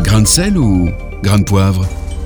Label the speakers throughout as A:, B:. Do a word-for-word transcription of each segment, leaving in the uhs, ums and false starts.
A: Grain de sel ou grain de poivre ?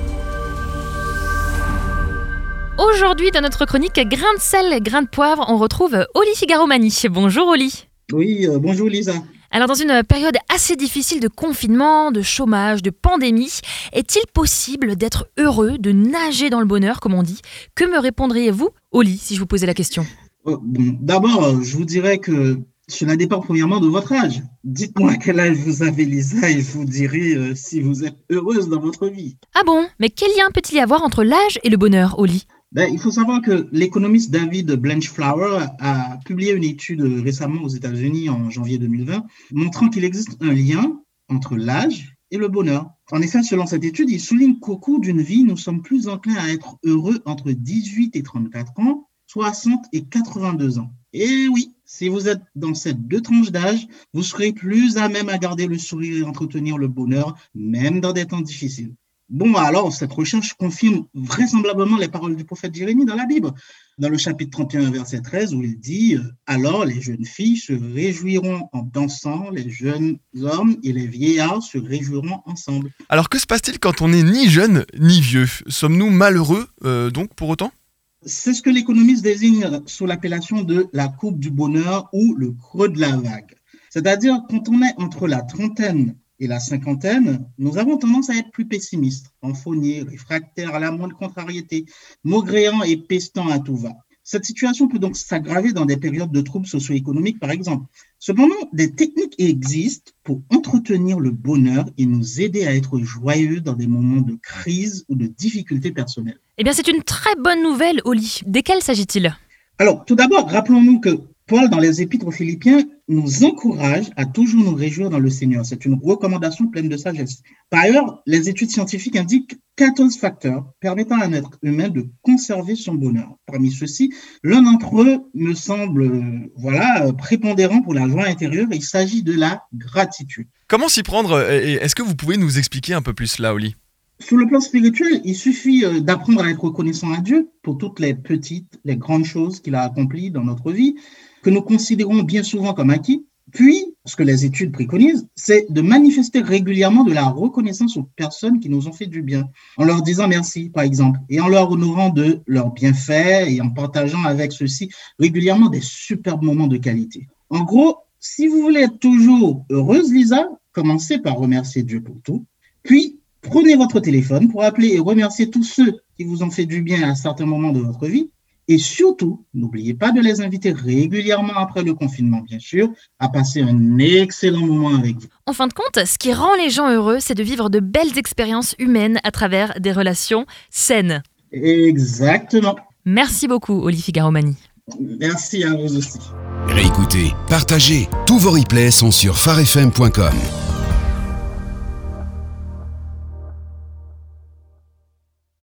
B: Aujourd'hui, dans notre chronique Grain de sel, grain de poivre, on retrouve Oli Figaromani. Bonjour Oli.
C: Oui, euh, bonjour Lisa.
B: Alors dans une période assez difficile de confinement, de chômage, de pandémie, est-il possible d'être heureux, de nager dans le bonheur, comme on dit ? Que me répondriez-vous, Oli, si je vous posais la question ?
C: Euh, bon, d'abord, je vous dirais que cela dépend premièrement de votre âge. Dites-moi quel âge vous avez, Lisa, et je vous dirai euh, si vous êtes heureuse dans votre vie.
B: Ah bon ? Mais quel lien peut-il y avoir entre l'âge et le bonheur, Oli ?
C: Ben, il faut savoir que l'économiste David Blanchflower a publié une étude récemment aux États-Unis en janvier deux mille vingt, montrant qu'il existe un lien entre l'âge et le bonheur. En effet, selon cette étude, il souligne qu'au cours d'une vie, nous sommes plus enclins à être heureux entre dix-huit et trente-quatre ans, soixante et quatre-vingt-deux ans. Et oui, si vous êtes dans ces deux tranches d'âge, vous serez plus à même à garder le sourire et entretenir le bonheur, même dans des temps difficiles. Bon, alors, cette recherche confirme vraisemblablement les paroles du prophète Jérémie dans la Bible, dans le chapitre trente et un, verset treize, où il dit « Alors les jeunes filles se réjouiront en dansant, les jeunes hommes et les vieillards se réjouiront ensemble. »
D: Alors que se passe-t-il quand on n'est ni jeune ni vieux ? Sommes-nous malheureux, euh, donc, pour autant ?
C: C'est ce que l'économiste désigne sous l'appellation de la courbe du bonheur ou le creux de la vague. C'est-à-dire, quand on est entre la trentaine et la cinquantaine, nous avons tendance à être plus pessimistes, renfrognés, réfractaires à la moindre contrariété, maugréants et pestant à tout va. Cette situation peut donc s'aggraver dans des périodes de troubles socio-économiques, par exemple. Cependant, des techniques existent pour entretenir le bonheur et nous aider à être joyeux dans des moments de crise ou de difficultés personnelles.
B: Eh bien, c'est une très bonne nouvelle, Oli. Desquelles s'agit-il ?
C: Alors, tout d'abord, rappelons-nous que Paul, dans les Épîtres aux Philippiens, nous encourage à toujours nous réjouir dans le Seigneur. C'est une recommandation pleine de sagesse. Par ailleurs, les études scientifiques indiquent quatorze facteurs permettant à un être humain de conserver son bonheur. Parmi ceux-ci, l'un d'entre eux me semble euh, voilà, prépondérant pour la joie intérieure. Il s'agit de la gratitude.
D: Comment s'y prendre ? Et est-ce que vous pouvez nous expliquer un peu plus là, Oli ?
C: Sur le plan spirituel, il suffit d'apprendre à être reconnaissant à Dieu pour toutes les petites, les grandes choses qu'il a accomplies dans notre vie, que nous considérons bien souvent comme acquis. Puis, ce que les études préconisent, c'est de manifester régulièrement de la reconnaissance aux personnes qui nous ont fait du bien, en leur disant merci, par exemple, et en leur honorant de leurs bienfaits et en partageant avec ceux-ci régulièrement des superbes moments de qualité. En gros, si vous voulez être toujours heureuse, Lisa, commencez par remercier Dieu pour tout, puis prenez votre téléphone pour appeler et remercier tous ceux qui vous ont fait du bien à certains moments de votre vie. Et surtout, n'oubliez pas de les inviter régulièrement après le confinement, bien sûr, à passer un excellent moment avec vous.
B: En fin de compte, ce qui rend les gens heureux, c'est de vivre de belles expériences humaines à travers des relations saines.
C: Exactement.
B: Merci beaucoup, Oli Figaromani.
C: Merci à vous aussi.
A: Réécoutez, partagez. Tous vos replays sont sur phare f m point com.